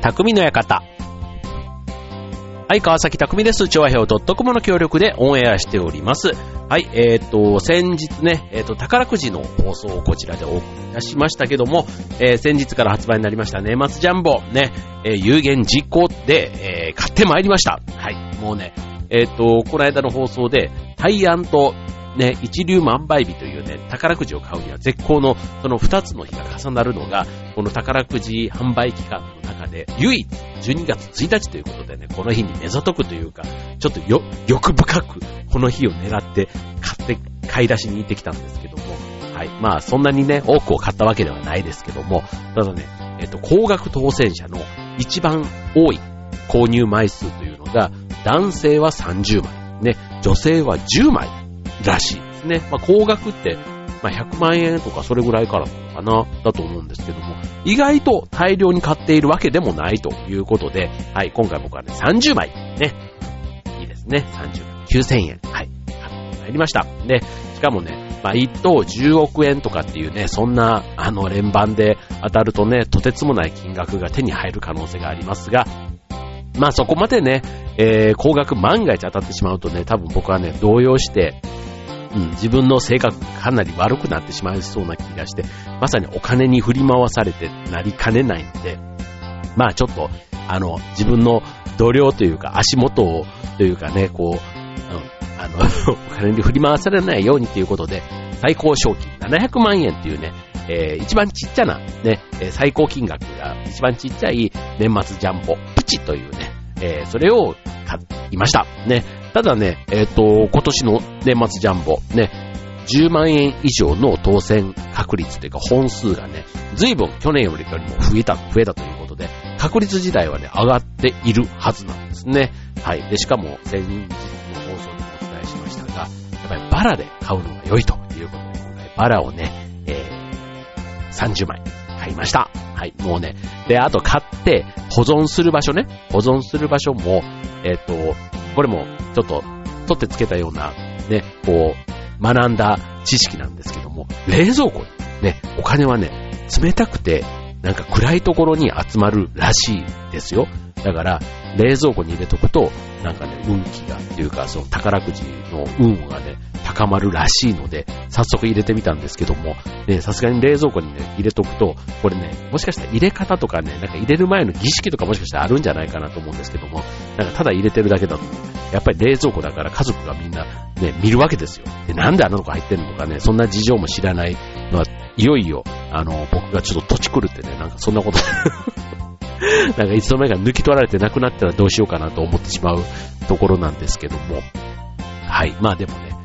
匠の館。はい、川崎匠です。調和表 .com の協力でオンエアしております。はい、先日ね、宝くじの放送をこちらでお送りいたしましたけども、先日から発売になりました年末ジャンボね、有言実行で、買ってまいりました。はい、もうね、この間の放送で、大安とね、一粒万倍日というね、宝くじを買うには絶好のその2つの日が重なるのが、この宝くじ販売期間の中で唯一12月1日ということでね、この日に目ざとくというか、ちょっと欲深くこの日を狙って買い出しに行ってきたんですけども、はい。まあそんなにね、多くを買ったわけではないですけども、ただね、高額当選者の一番多い購入枚数というのが、男性は30枚、ね、女性は10枚らしいですね。まあ高額って、まあ100万円とかそれぐらいからなのかな、だと思うんですけども、意外と大量に買っているわけでもないということで、はい、今回僕はね、30枚、ね、いいですね、30枚、9000円、はい、入りました。で、しかもね、まあ1等10億円とかっていうね、そんな、連番で当たるとね、とてつもない金額が手に入る可能性がありますが、まあそこまでね、高額万が一当たってしまうとね、多分僕はね、動揺して、自分の性格かなり悪くなってしまいそうな気がして、まさにお金に振り回されてなりかねないので、まあちょっと、自分の度量というか足元を、というかね、こう、お金に振り回されないようにということで、最高賞金700万円っていうね、一番ちっちゃなね、最高金額が一番ちっちゃい年末ジャンボプチというね、それを買いました。ね。ただね、今年の年末ジャンボね、10万円以上の当選確率というか本数がね、随分去年よりも増えたということで、確率自体はね、上がっているはずなんですね。はい。で、しかも先日の放送でもお伝えしましたが、やっぱりバラで買うのが良いということで、今回バラをね、30枚買いました。はい。もうね、で、あと買って保存する場所ね、保存する場所も、これもちょっと取ってつけたようなね、こう学んだ知識なんですけども、冷蔵庫にね、お金はね、冷たくてなんか暗いところに集まるらしいですよ。だから冷蔵庫に入れとくとなんかね、運気がっていうかその宝くじの運がね高まるらしいので、早速入れてみたんですけども、ね、さすがに冷蔵庫にね入れとくと、これね、もしかしたら入れ方とかね、なんか入れる前の儀式とかもしかしたらあるんじゃないかなと思うんですけども、なんかただ入れてるだけだと、やっぱり冷蔵庫だから家族がみんなね見るわけですよ。で、なんであの子入ってるのかね、そんな事情も知らないのは、いよいよ僕がちょっと土地狂ってね、なんかそんなことなんかいつの間にか抜き取られてなくなったらどうしようかなと思ってしまうところなんですけども、はい、まあでもね、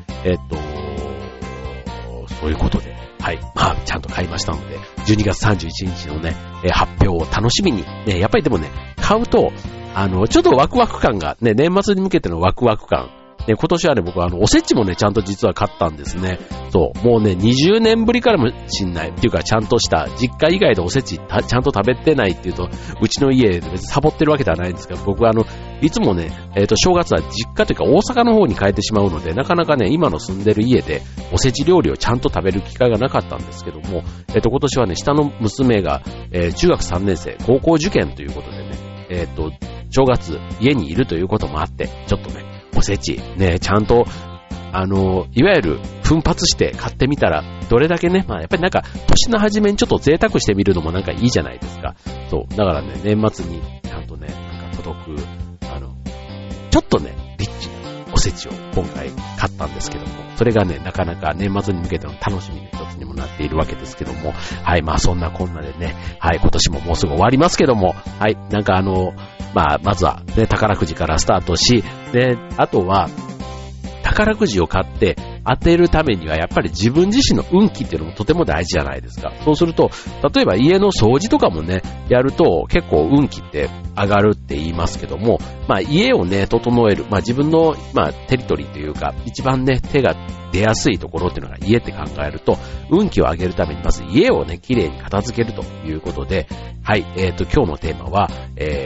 そういうことで、はい、まあちゃんと買いましたので、12月31日のね、発表を楽しみに、ね、やっぱりでもね、買うと、ちょっとワクワク感が、ね、年末に向けてのワクワク感、ね、今年はね、僕はおせちもね、ちゃんと実は買ったんですね。そう、もうね、20年ぶりからもしんないっていうか、ちゃんとした実家以外でおせちちゃんと食べてないっていうと、うちの家で別にサボってるわけではないんですけど、僕はいつもね、正月は実家というか大阪の方に帰ってしまうので、なかなかね、今の住んでる家でおせち料理をちゃんと食べる機会がなかったんですけども、今年はね、下の娘が、中学3年生、高校受験ということでね、正月家にいるということもあって、ちょっとね、おせちね、ちゃんといわゆる奮発して買ってみたら、どれだけね、まあやっぱりなんか年の初めにちょっと贅沢してみるのもなんかいいじゃないですか。そう、だからね、年末にちゃんとね、なんか届くちょっとね、リッチなおせちを今回買ったんですけども、それがね、なかなか年末に向けての楽しみの一つにもなっているわけですけども、はい、まあそんなこんなでね、はい、今年ももうすぐ終わりますけども、はい、なんかまあまずはね、宝くじからスタートし、で、あとは宝くじを買って当てるためにはやっぱり自分自身の運気っていうのもとても大事じゃないですか。そうすると、例えば家の掃除とかもね、やると結構運気って上がるって言いますけども、まあ家をね、整える、まあ自分の、まあテリトリーというか、一番ね、手が出やすいところっていうのが家って考えると、運気を上げるためにまず家をね、綺麗に片付けるということで、はい、今日のテーマは、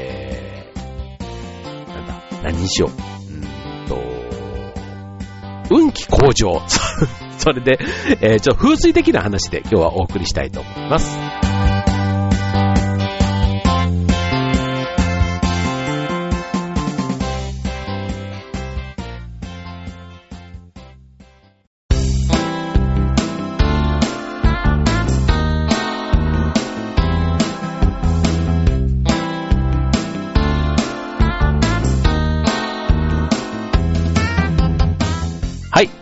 何にしよう。運気向上。それで、風水的な話で今日はお送りしたいと思います。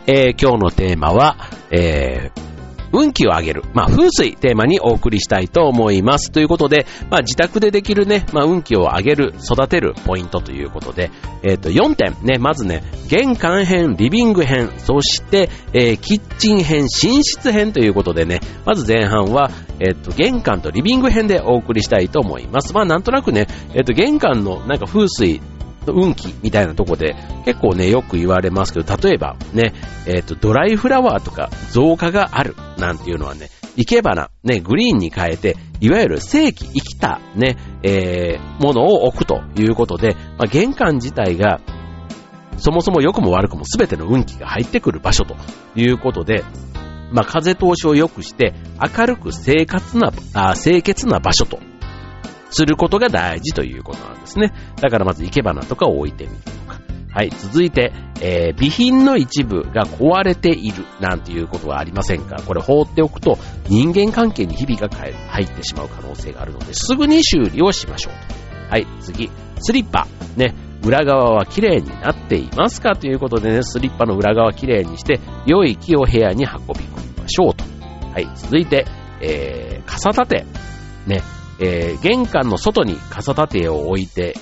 今日のテーマは、運気を上げる。風水テーマにお送りしたいと思います。ということで、自宅でできるね、運気を上げる、育てるポイントということで、4点ね、まずね、玄関編、リビング編、そして、キッチン編、寝室編ということでね、まず前半は、玄関とリビング編でお送りしたいと思います。なんとなくね、玄関のなんか風水、運気みたいなとこで結構ねよく言われますけど、例えばね、ドライフラワーとか造花があるなんていうのはね、生け花ねグリーンに変えていわゆる生気生きたね、ものを置くということで、玄関自体がそもそも良くも悪くも全ての運気が入ってくる場所ということで、風通しを良くして明るく清潔な場所とすることが大事ということなんですね。だからまず生け花とかを置いてみるとか。はい、続いて、備品の一部が壊れているなんていうことはありませんか？これ放っておくと人間関係にひびが入ってしまう可能性があるので、すぐに修理をしましょうと。はい、次、スリッパ。ね、裏側は綺麗になっていますかということでね、スリッパの裏側綺麗にして、良い気を部屋に運び込みましょうと。はい、続いて、傘立て。ね、玄関の外に傘立てを置いて、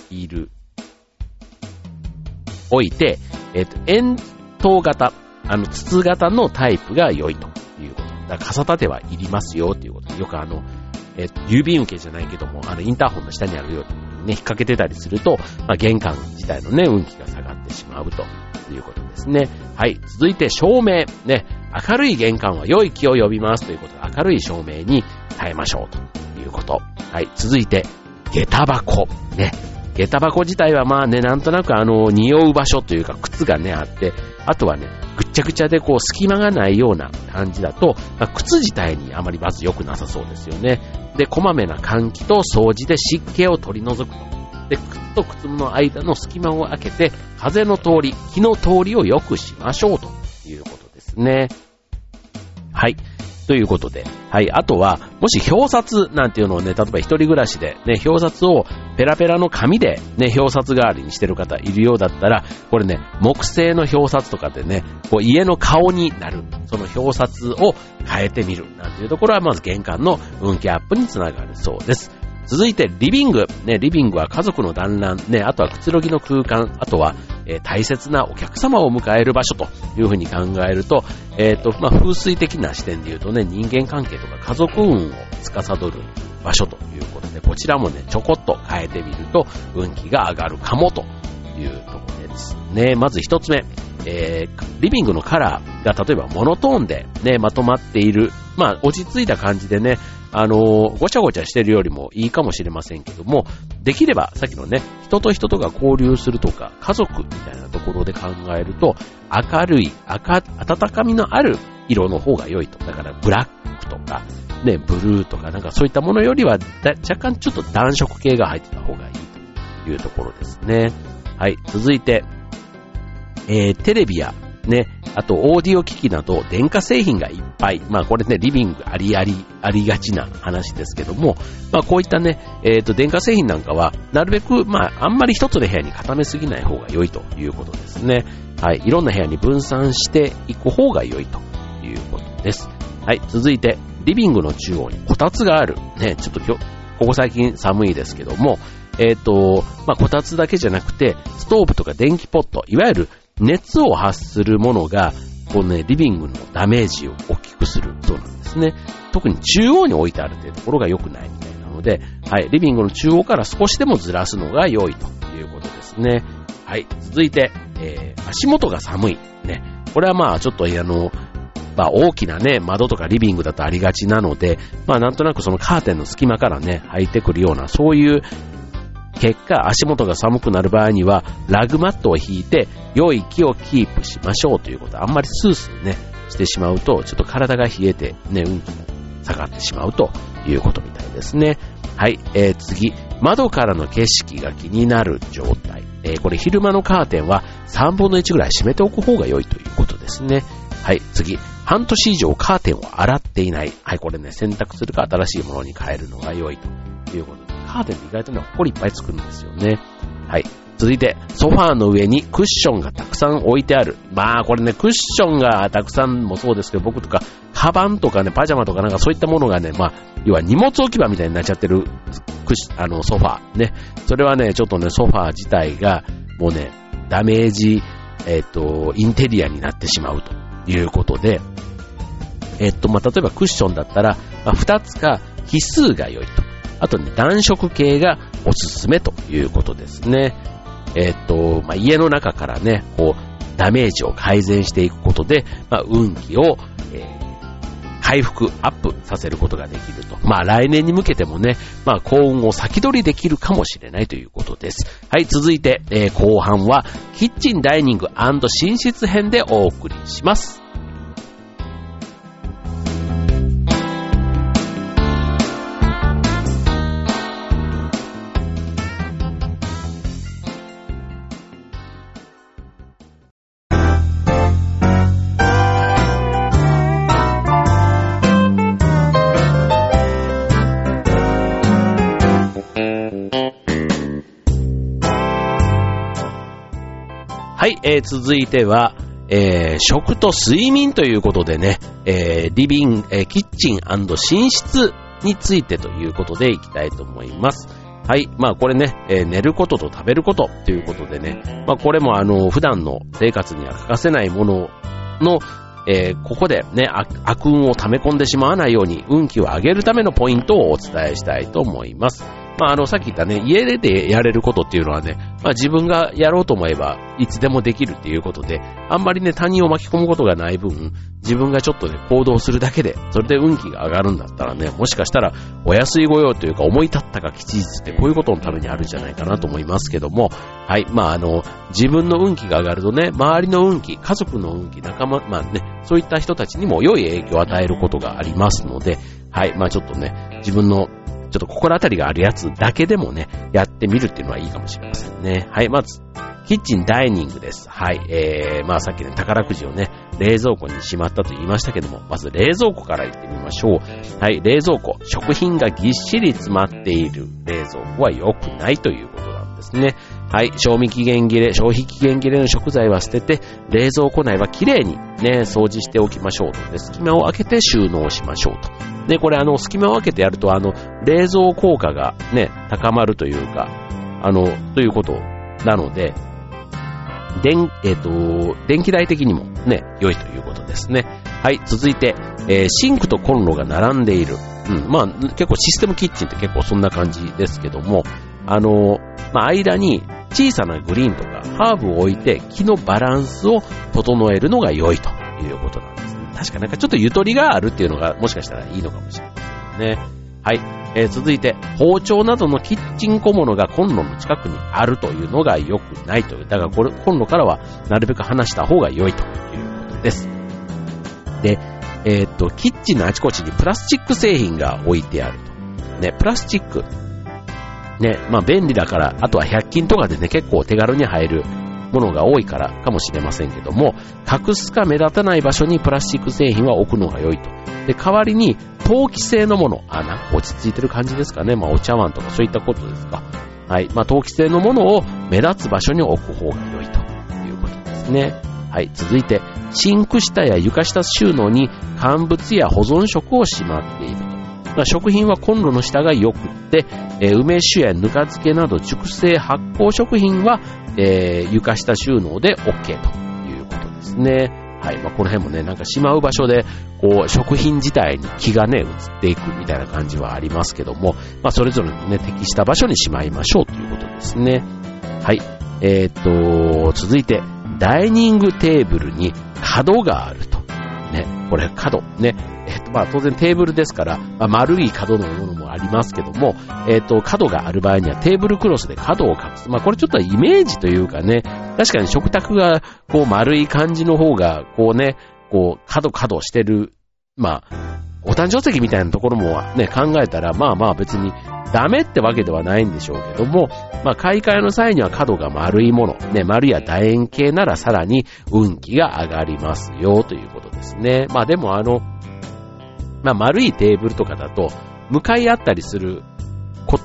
円筒型、筒型のタイプが良いということ。だから傘立てはいりますよということ。よく郵便受けじゃないけども、インターホンの下にあるようにね、引っ掛けてたりすると、玄関自体のね、運気が下がってしまうということですね。はい。続いて照明。ね、明るい玄関は良い気を呼びますということで、明るい照明に変えましょうということ。はい。続いて、下駄箱。ね。下駄箱自体はなんとなく匂う場所というか靴がねあって、あとはね、ぐっちゃぐちゃで隙間がないような感じだと、靴自体にあまりまず良くなさそうですよね。で、こまめな換気と掃除で湿気を取り除くと。で、靴と靴の間の隙間を開けて、風の通り、気の通りを良くしましょうということですね。はい。ということで、はい。あとは、もし表札なんていうのをね、例えば一人暮らしでね、表札をペラペラの紙でね、表札代わりにしてる方いるようだったら、これね、木製の表札とかでね、家の顔になる、その表札を変えてみるなんていうところは、まず玄関の運気アップにつながるそうです。続いてリビング。ね、リビングは家族の団らん、ね、あとはくつろぎの空間、あとは、大切なお客様を迎える場所というふうに考えると、風水的な視点で言うとね、人間関係とか家族運を司る場所ということで、こちらもね、ちょこっと変えてみると運気が上がるかもというところですね。まず一つ目、リビングのカラーが例えばモノトーンでね、まとまっている、落ち着いた感じでね、ごちゃごちゃしてるよりもいいかもしれませんけども、できればさっきのね、人と人とが交流するとか、家族みたいなところで考えると、明るい、温かみのある色の方が良いと。だからブラックとか、ね、ブルーとかなんかそういったものよりは若干ちょっと暖色系が入ってた方がいいというところですね。はい、続いて、テレビやね、あとオーディオ機器など電化製品がいっぱい。これね、リビングありがちな話ですけども、こういったね、電化製品なんかは、なるべく、あんまり一つの部屋に固めすぎない方が良いということですね。はい、いろんな部屋に分散していく方が良いということです。はい、続いて、リビングの中央にこたつがある。ね、ちょっとここ最近寒いですけども、こたつだけじゃなくて、ストーブとか電気ポット、いわゆる熱を発するものが、リビングのダメージを大きくするそうなんですね。特に中央に置いてあるというところが良くないみたいなので、はい、リビングの中央から少しでもずらすのが良いということですね。はい、続いて、足元が寒い。ね、これはちょっと大きなね、窓とかリビングだとありがちなので、なんとなくそのカーテンの隙間からね、入ってくるような、そういう結果、足元が寒くなる場合には、ラグマットを引いて、良い気をキープしましょうということ。あんまりスースーね、してしまうと、ちょっと体が冷えて、ね、運気も下がってしまうということみたいですね。はい、次。窓からの景色が気になる状態。これ昼間のカーテンは3分の1ぐらい閉めておく方が良いということですね。はい、次。半年以上カーテンを洗っていない。はい、これね、洗濯するか新しいものに変えるのが良いということで。カーテンって意外とね、ほこりいっぱいつくんですよね。はい。 続いて、ソファーの上にクッションがたくさん置いてある。まあこれね、クッションがたくさんもそうですけど、僕とか、カバンとかね、パジャマとかなんかそういったものがね、まあ、要は荷物置き場みたいになっちゃってる、ソファー。ね。それはね、ちょっとね、ソファー自体が、もうね、ダメージ、インテリアになってしまうということで、まあ、例えばクッションだったら、まあ、2つか奇数が良いと。あとね、暖色系がおすすめということですね。まあ、家の中からね、こう、ダメージを改善していくことで、まあ、運気を、回復、アップさせることができると。まあ、来年に向けてもね、まあ、幸運を先取りできるかもしれないということです。はい、続いて、後半は、キッチンダイニング&寝室編でお送りします。はい、続いては、食と睡眠ということでね、キッチン&寝室についてということでいきたいと思います。はい、まあこれね、寝ることと食べることということでね、まあこれも普段の生活には欠かせないものの、ここでね、悪運を溜め込んでしまわないように運気を上げるためのポイントをお伝えしたいと思います。まあさっき言ったね、家でやれることっていうのはね、まあ自分がやろうと思えばいつでもできるっていうことで、あんまりね、他人を巻き込むことがない分、自分がちょっとね、行動するだけで、それで運気が上がるんだったらね、もしかしたらお安い御用というか思い立ったが吉日ってこういうことのためにあるんじゃないかなと思いますけども、はい、まあ自分の運気が上がるとね、周りの運気、家族の運気、仲間、まあね、そういった人たちにも良い影響を与えることがありますので、はい、まあちょっとね、自分のちょっと心当たりがあるやつだけでもね、やってみるっていうのはいいかもしれませんね。はい、まず、キッチンダイニングです。はい、まあさっきね、宝くじをね、冷蔵庫にしまったと言いましたけども、まず冷蔵庫から行ってみましょう。はい、冷蔵庫、食品がぎっしり詰まっている冷蔵庫は良くないということなんですね。はい、消費期限切れの食材は捨てて、冷蔵庫内はきれいにね、掃除しておきましょうと。で、隙間を開けて収納しましょうと。で、これ隙間を開けてやると、冷蔵効果がね、高まるというか、ということなので、電気代的にもね、良いということですね。はい、続いて、シンクとコンロが並んでいる。まあ、結構システムキッチンって結構そんな感じですけども、まあ、間に小さなグリーンとかハーブを置いて木のバランスを整えるのが良いということなんですね。確かなんかちょっとゆとりがあるっていうのがもしかしたらいいのかもしれませんね。はい、続いて包丁などのキッチン小物がコンロの近くにあるというのが良くないという。だからこれコンロからはなるべく離した方が良いということです。で、キッチンのあちこちにプラスチック製品が置いてあると。ね、プラスチック。ね、まあ便利だから、あとは100均とかでね、結構手軽に入るものが多いからかもしれませんけども、隠すか目立たない場所にプラスチック製品は置くのが良いと。で、代わりに陶器製のもの、なんか落ち着いてる感じですかね。まあお茶碗とかそういったことですか。はい、まあ陶器製のものを目立つ場所に置く方が良いということですね。はい、続いてシンク下や床下収納に乾物や保存食をしまっていると。まあ、食品はコンロの下が良くって、梅酒やぬか漬けなど熟成発酵食品は、床下収納で OK ということですね。はい、まあ、この辺もね、なんかしまう場所でこう食品自体に気がね移っていくみたいな感じはありますけども、まあ、それぞれのね適した場所にしまいましょうということですね。はい、続いてダイニングテーブルに角があると。ね、これ角ね。まあ当然テーブルですから、まあ、丸い角のものもありますけども、角がある場合にはテーブルクロスで角を隠す。まあこれちょっとイメージというかね、確かに食卓がこう丸い感じの方が、こうね、こう角してる、まあ、お誕生石みたいなところもね、考えたら、まあまあ別にダメってわけではないんでしょうけども、まあ買い替えの際には角が丸いもの、ね、丸や楕円形ならさらに運気が上がりますよということですね。まあでもまあ丸いテーブルとかだと向かい合ったりすること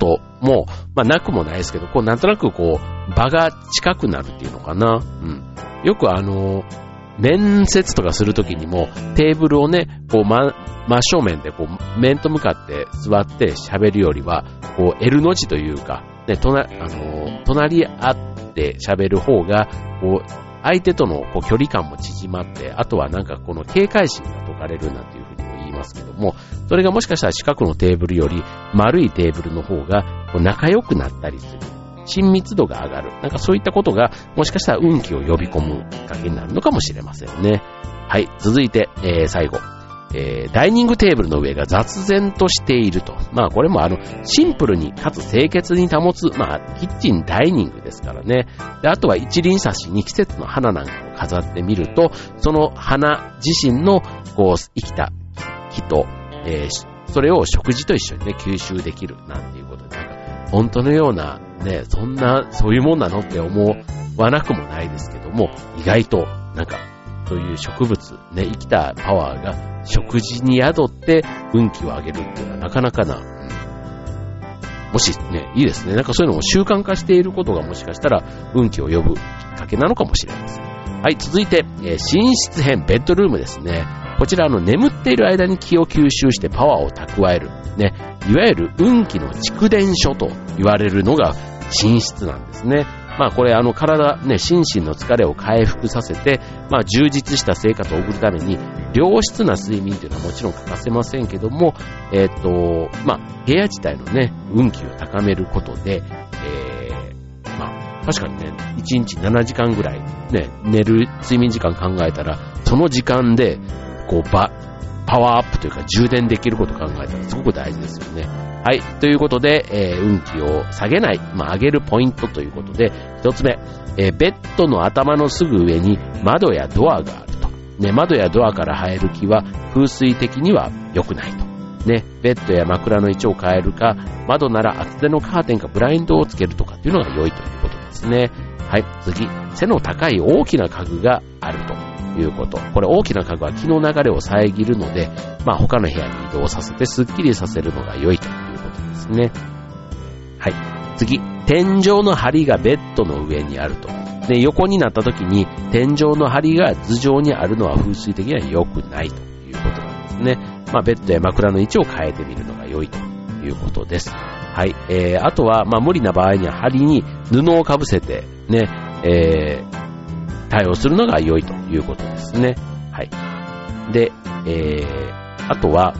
も、まあなくもないですけど、こうなんとなくこう、場が近くなるっていうのかな。よく面接とかするときにも、テーブルをね、こう真正面でこう、面と向かって座って喋るよりは、こう L の字というか、ね、隣り合って喋る方が、こう、相手とのこう距離感も縮まって、あとはなんかこの警戒心が解かれるなんていうふうにも言いますけども、それがもしかしたら近くのテーブルより丸いテーブルの方がこう仲良くなったりする。親密度が上がる。なんかそういったことがもしかしたら運気を呼び込むきっかけになるのかもしれませんね。はい、続いて、最後。ダイニングテーブルの上が雑然としていると。まあこれもシンプルにかつ清潔に保つ、まあキッチンダイニングですからね。で、あとは一輪挿しに季節の花なんかを飾ってみると、その花自身のこう生きた木と、それを食事と一緒にね、吸収できるなんていうことで、なんか本当のようなね、そういうもんなのって思わなくもないですけども、意外となんかそういう植物、ね、生きたパワーが食事に宿って運気を上げるっていうのはなかなかな、もしね、いいですね。なんかそういうのも習慣化していることがもしかしたら運気を呼ぶきっかけなのかもしれません。はい、続いて、寝室編、ベッドルームですね。こちら眠っている間に気を吸収してパワーを蓄える。ね、いわゆる運気の蓄電所と言われるのが寝室なんですね。まあこれ体ね、心身の疲れを回復させて、まあ充実した生活を送るために良質な睡眠というのはもちろん欠かせませんけども、まあ部屋自体のね、運気を高めることで、まあ確かにね、1日7時間ぐらいね、寝る睡眠時間考えたら、その時間でこうパワーアップというか充電できることを考えたらすごく大事ですよね。はい。ということで、運気を下げない、まあ、上げるポイントということで、一つ目、ベッドの頭のすぐ上に窓やドアがあると。ね、窓やドアから入る気は風水的には良くないと。ね、ベッドや枕の位置を変えるか、窓なら厚手のカーテンかブラインドをつけるとかっていうのが良いということですね。はい。次、背の高い大きな家具があると。いうこと。これ大きな家具は気の流れを遮るので、まあ他の部屋に移動させてスッキリさせるのが良いということですね。はい。次、天井の梁がベッドの上にあると。で、横になった時に天井の梁が頭上にあるのは風水的には良くないということなんですね。まあベッドや枕の位置を変えてみるのが良いということです。はい。あとは、まあ無理な場合には梁に布をかぶせてね、対応するのが良いということですね。はい。で、あとは、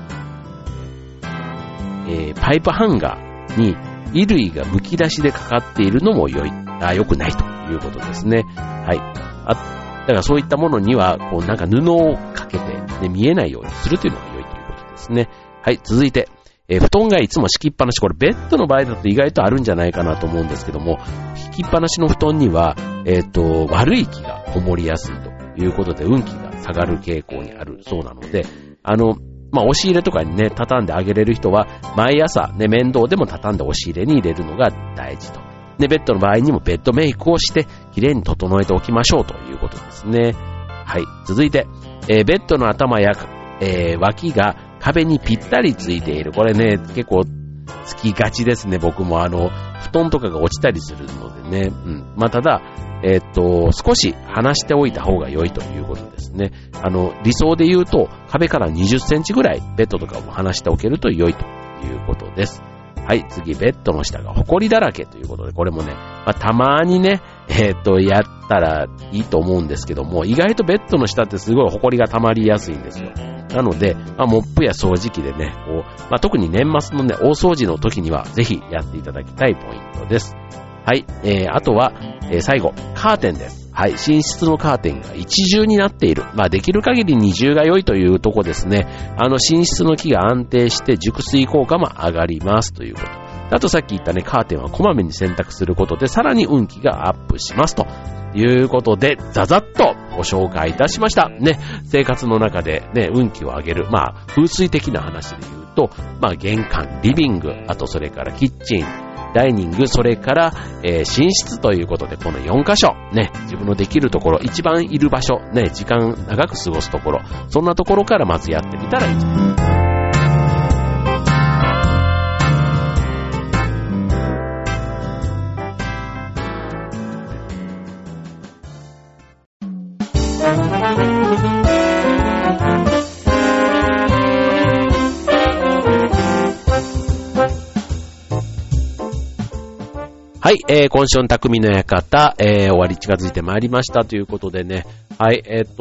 パイプハンガーに衣類が剥き出しでかかっているのも良くないということですね。はい。だからそういったものには、こうなんか布をかけて、ね、見えないようにするというのが良いということですね。はい。続いて、布団がいつも敷きっぱなし。これベッドの場合だと意外とあるんじゃないかなと思うんですけども、敷きっぱなしの布団には、悪い気がこもりやすいということで運気が下がる傾向にあるそうなので、まあ、押し入れとかにね、畳んであげれる人は、毎朝ね、面倒でも畳んで押し入れに入れるのが大事と。で、ベッドの場合にもベッドメイクをして、きれいに整えておきましょうということですね。はい。続いて、ベッドの頭や、脇が壁にぴったりついている。これね、結構つきがちですね。僕も布団とかが落ちたりするのでね。まあ、ただ、少し離しておいた方が良いということですね。理想で言うと、壁から20センチぐらいベッドとかを離しておけると良いということです。はい、次、ベッドの下が埃だらけということで、これもね、まあ、たまにね、やったらいいと思うんですけども、意外とベッドの下ってすごい埃が溜まりやすいんですよ。なので、まあ、モップや掃除機でね、まあ、特に年末のね、大掃除の時には、ぜひやっていただきたいポイントです。はい、あとは、最後、カーテンです。はい、寝室のカーテンが一重になっている。まあ、できる限り二重が良いというとこですね。寝室の木が安定して熟睡効果も上がりますということ。あとさっき言ったね、カーテンはこまめに洗濯することで、さらに運気がアップしますということで、ざざっとご紹介いたしました。ね、生活の中でね、運気を上げる、まあ、風水的な話で言うと、まあ、玄関、リビング、あとそれからキッチン、ダイニング、それから、寝室ということで、この4カ所、ね、自分のできるところ、一番いる場所、ね、時間長く過ごすところ、そんなところからまずやってみたらいいんじゃないか。 はい、今週の匠の館、終わり近づいてまいりましたということでね、はい、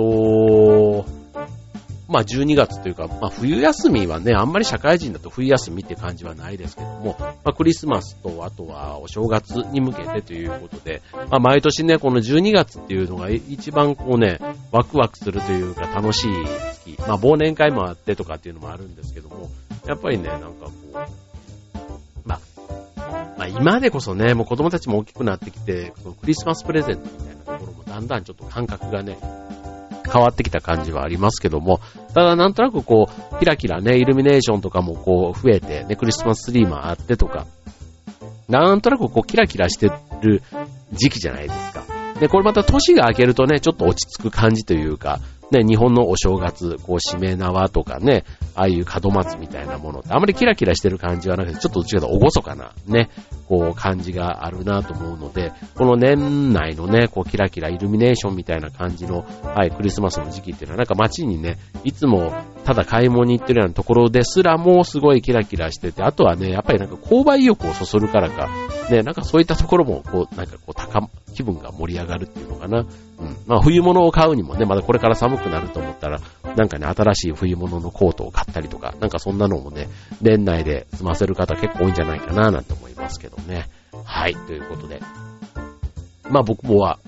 まあ12月というか、まあ冬休みはね、あんまり社会人だと冬休みって感じはないですけども、まあクリスマスとあとはお正月に向けてということで、まあ毎年ね、この12月っていうのが一番こうね、ワクワクするというか楽しい月、まあ忘年会もあってとかっていうのもあるんですけども、やっぱりね、なんかこう、まあ今でこそね、もう子供たちも大きくなってきて、クリスマスプレゼントみたいなところもだんだんちょっと感覚がね、変わってきた感じはありますけども、ただなんとなくこう、キラキラね、イルミネーションとかもこう増えて、ね、クリスマスツリーもあってとか、なんとなくこうキラキラしてる時期じゃないですか。で、これまた年が明けるとね、ちょっと落ち着く感じというか、ね、日本のお正月、こう、しめ縄とかね、ああいう門松みたいなものって、あまりキラキラしてる感じはなくて、ちょっとどっちかというとおごそかな、ね、こう、感じがあるなと思うので、この年内のね、こう、キラキライルミネーションみたいな感じの、はい、クリスマスの時期っていうのは、なんか街にね、いつもただ買い物に行ってるようなところですらもすごいキラキラしてて、あとはね、やっぱりなんか購買意欲をそそるからか、ね、なんかそういったところも、こう、なんかこう、気分が盛り上がるっていうのかな。うん。まあ冬物を買うにもね、まだこれから寒くなると思ったら、なんかね、新しい冬物のコートを買ったりとか、なんかそんなのもね、年内で済ませる方結構多いんじゃないかななんて思いますけどね。はい、ということで。まあ来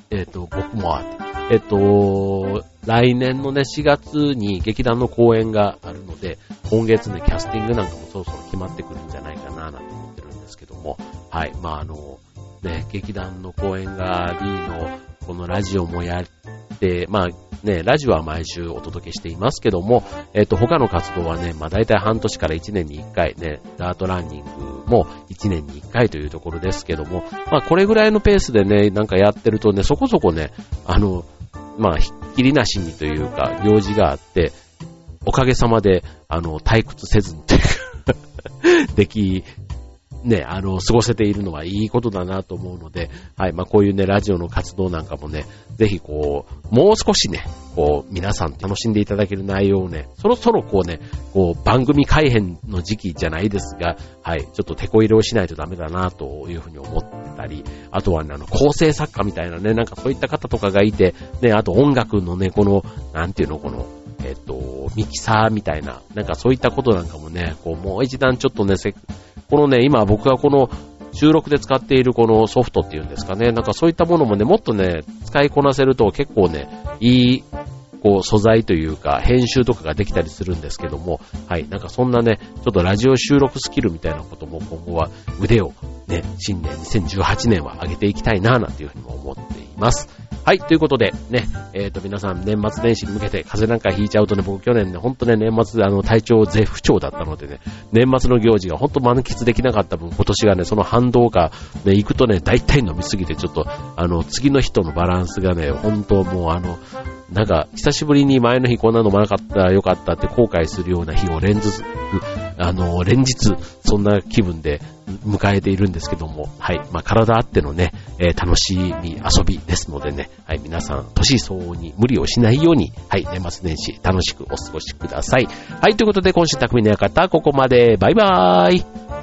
年のね、4月に劇団の公演があるので、今月ね、キャスティングなんかもそろそろ決まってくるんじゃないかななんて思ってるんですけども、はい、まあね、劇団の公演がありの、このラジオもやって、まあね、ラジオは毎週お届けしていますけども、他の活動はね、まあ大体半年から1年に1回ね、ダートランニングも1年に1回というところですけども、まあこれぐらいのペースでね、なんかやってるとね、そこそこね、まあひっきりなしにというか、行事があって、おかげさまで、退屈せずにというか、でき、ね、過ごせているのはいいことだなと思うので、はい、まあこういうね、ラジオの活動なんかもね、ぜひこう、もう少しね、こう、皆さん楽しんでいただける内容をね、そろそろこうね、こう、番組改編の時期じゃないですが、はい、ちょっと手こ入れをしないとダメだなというふうに思ってたり、あとはね、構成作家みたいなね、なんかそういった方とかがいて、ね、あと音楽のね、この、なんていうの、この、ミキサーみたいな、なんかそういったことなんかもね、こう、もう一段ちょっとね、このね、今僕がこの収録で使っているこのソフトっていうんですかね、なんかそういったものもね、もっとね、使いこなせると結構ね、いい、こう素材というか編集とかができたりするんですけども、はい、なんかそんなね、ちょっとラジオ収録スキルみたいなことも今後は腕をね、新年2018年は上げていきたいな、なんていうふうにも思っています。はい、ということでね、皆さん年末年始に向けて風邪なんかひいちゃうとね、僕去年ね、ほんとね、年末で体調絶不調だったのでね、年末の行事がほんと満喫できなかった分、今年がね、その反動がね、行くとね、大体飲みすぎてちょっと、次の日とのバランスがね、ほんともうなんか、久しぶりに前の日こんなの飲まなかったらよかったって後悔するような日を連日、そんな気分で迎えているんですけども、はい。まあ、体あってのね、楽しみ、遊びですのでね、はい。皆さん、年相応に無理をしないように、はい。年末年始、楽しくお過ごしください。はい。ということで、今週匠の館、ここまで。バイバーイ。